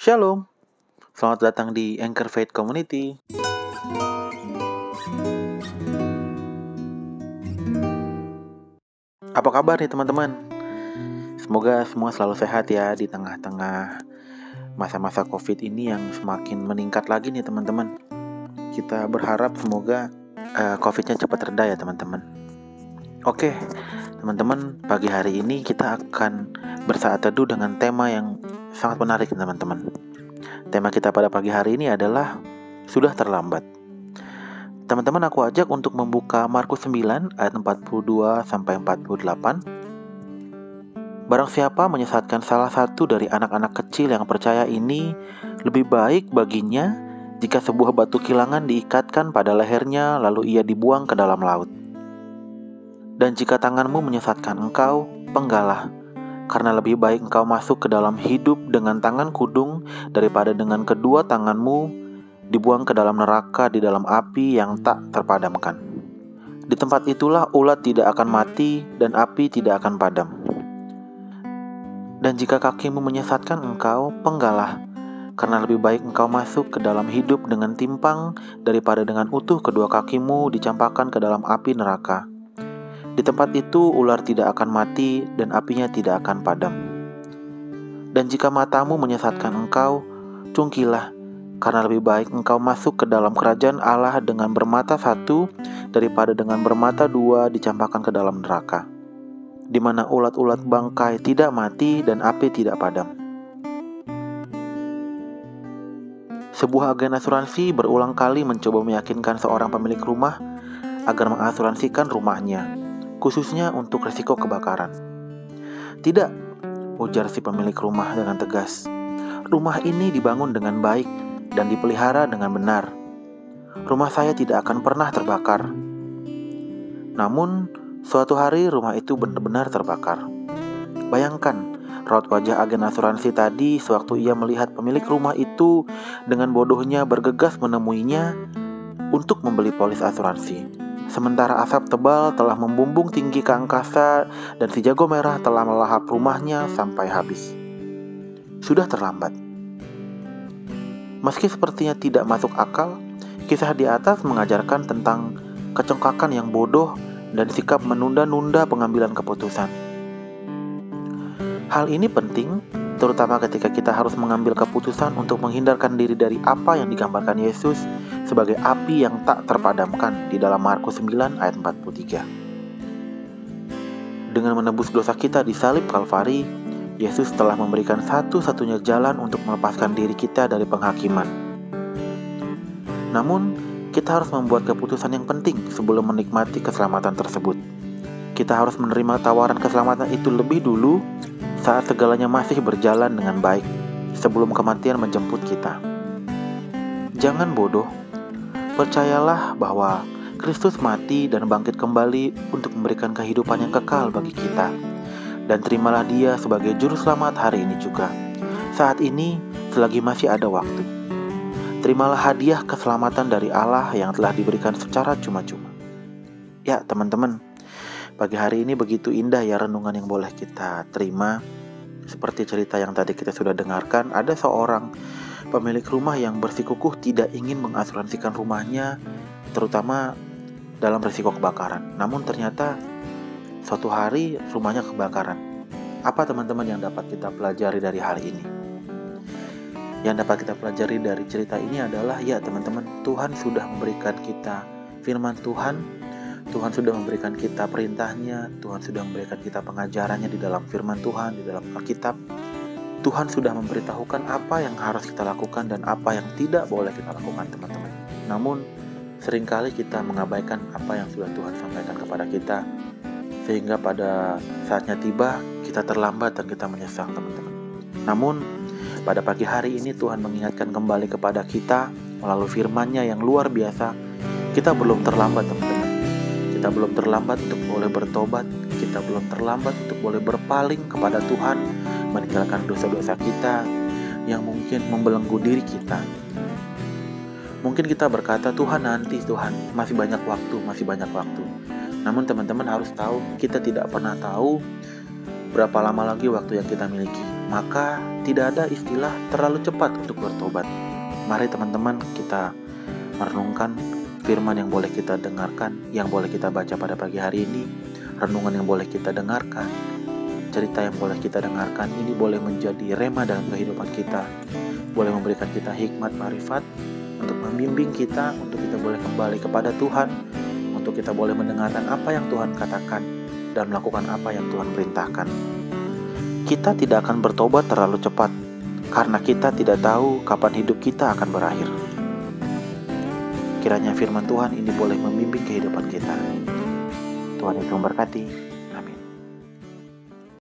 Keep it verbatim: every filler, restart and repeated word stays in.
Shalom, selamat datang di Anchor Faith Community. Apa kabar nih teman-teman? Semoga semua selalu sehat ya di tengah-tengah masa-masa COVID ini yang semakin meningkat lagi nih teman-teman. Kita berharap semoga uh, COVID-nya cepat reda ya teman-teman. Oke, teman-teman, pagi hari ini kita akan bersaat teduh dengan tema yang sangat menarik teman-teman. Tema kita pada pagi hari ini adalah sudah terlambat. Teman-teman, aku ajak untuk membuka Markus sembilan ayat empat puluh dua sampai empat puluh delapan. Barang siapa menyesatkan salah satu dari anak-anak kecil yang percaya ini, lebih baik baginya jika sebuah batu kilangan diikatkan pada lehernya lalu ia dibuang ke dalam laut. Dan jika tanganmu menyesatkan engkau, penggalah, karena lebih baik engkau masuk ke dalam hidup dengan tangan kudung daripada dengan kedua tanganmu dibuang ke dalam neraka di dalam api yang tak terpadamkan. Di tempat itulah ulat tidak akan mati dan api tidak akan padam. Dan jika kakimu menyesatkan engkau, penggalah, karena lebih baik engkau masuk ke dalam hidup dengan timpang daripada dengan utuh kedua kakimu dicampakkan ke dalam api neraka. Di tempat itu ular tidak akan mati dan apinya tidak akan padam. Dan jika matamu menyesatkan engkau, cungkilah, karena lebih baik engkau masuk ke dalam kerajaan Allah dengan bermata satu daripada dengan bermata dua dicampakkan ke dalam neraka, di mana ulat-ulat bangkai tidak mati dan api tidak padam. Sebuah agen asuransi berulang kali mencoba meyakinkan seorang pemilik rumah agar mengasuransikan rumahnya, khususnya untuk risiko kebakaran. Tidak, ujar si pemilik rumah dengan tegas. Rumah ini dibangun dengan baik dan dipelihara dengan benar. Rumah saya tidak akan pernah terbakar. Namun, suatu hari rumah itu benar-benar terbakar. Bayangkan raut wajah agen asuransi tadi sewaktu ia melihat pemilik rumah itu dengan bodohnya bergegas menemuinya untuk membeli polis asuransi. Sementara asap tebal telah membumbung tinggi ke angkasa dan si jago merah telah melahap rumahnya sampai habis. Sudah terlambat. Meski sepertinya tidak masuk akal, kisah di atas mengajarkan tentang kecongkakan yang bodoh dan sikap menunda-nunda pengambilan keputusan. Hal ini penting, terutama ketika kita harus mengambil keputusan untuk menghindarkan diri dari apa yang digambarkan Yesus sebagai api yang tak terpadamkan di dalam Markus sembilan ayat empat puluh tiga. Dengan menebus dosa kita di salib Kalvari, Yesus telah memberikan satu-satunya jalan untuk melepaskan diri kita dari penghakiman. Namun, kita harus membuat keputusan yang penting sebelum menikmati keselamatan tersebut. Kita harus menerima tawaran keselamatan itu lebih dulu saat segalanya masih berjalan dengan baik, sebelum kematian menjemput kita. Jangan bodoh, percayalah bahwa Kristus mati dan bangkit kembali untuk memberikan kehidupan yang kekal bagi kita. Dan terimalah dia sebagai juru selamat hari ini juga. Saat ini, selagi masih ada waktu. Terimalah hadiah keselamatan dari Allah yang telah diberikan secara cuma-cuma. Ya teman-teman, pagi hari ini begitu indah ya renungan yang boleh kita terima. Seperti cerita yang tadi kita sudah dengarkan, ada seorang pemilik rumah yang bersikukuh tidak ingin mengasuransikan rumahnya, terutama dalam risiko kebakaran. Namun ternyata suatu hari rumahnya kebakaran. Apa teman-teman yang dapat kita pelajari dari hal ini? Yang dapat kita pelajari dari cerita ini adalah, ya teman-teman, Tuhan sudah memberikan kita firman Tuhan, Tuhan sudah memberikan kita perintahnya, Tuhan sudah memberikan kita pengajarannya di dalam firman Tuhan, di dalam Alkitab. Tuhan sudah memberitahukan apa yang harus kita lakukan dan apa yang tidak boleh kita lakukan teman-teman. Namun, seringkali kita mengabaikan apa yang sudah Tuhan sampaikan kepada kita, sehingga pada saatnya tiba kita terlambat dan kita menyesal teman-teman. Namun pada pagi hari ini Tuhan mengingatkan kembali kepada kita melalui firman-Nya yang luar biasa. Kita belum terlambat teman-teman. Kita belum terlambat untuk boleh bertobat. Kita belum terlambat untuk boleh berpaling kepada Tuhan, meninggalkan dosa-dosa kita yang mungkin membelenggu diri kita. Mungkin kita berkata, Tuhan nanti, Tuhan masih banyak waktu, masih banyak waktu. Namun teman-teman harus tahu, kita tidak pernah tahu berapa lama lagi waktu yang kita miliki. maka tidak ada istilah terlalu cepat untuk bertobat. Mari teman-teman kita merenungkan firman yang boleh kita dengarkan, yang boleh kita baca pada pagi hari ini, renungan yang boleh kita dengarkan, cerita yang boleh kita dengarkan. Ini boleh menjadi rema dalam kehidupan kita, boleh memberikan kita hikmat marifat untuk membimbing kita, untuk kita boleh kembali kepada Tuhan, untuk kita boleh mendengarkan apa yang Tuhan katakan dan melakukan apa yang Tuhan perintahkan. Kita tidak akan bertobat terlalu cepat, karena kita tidak tahu kapan hidup kita akan berakhir. Kiranya firman Tuhan ini boleh membimbing kehidupan kita. Tuhan Yesus memberkati.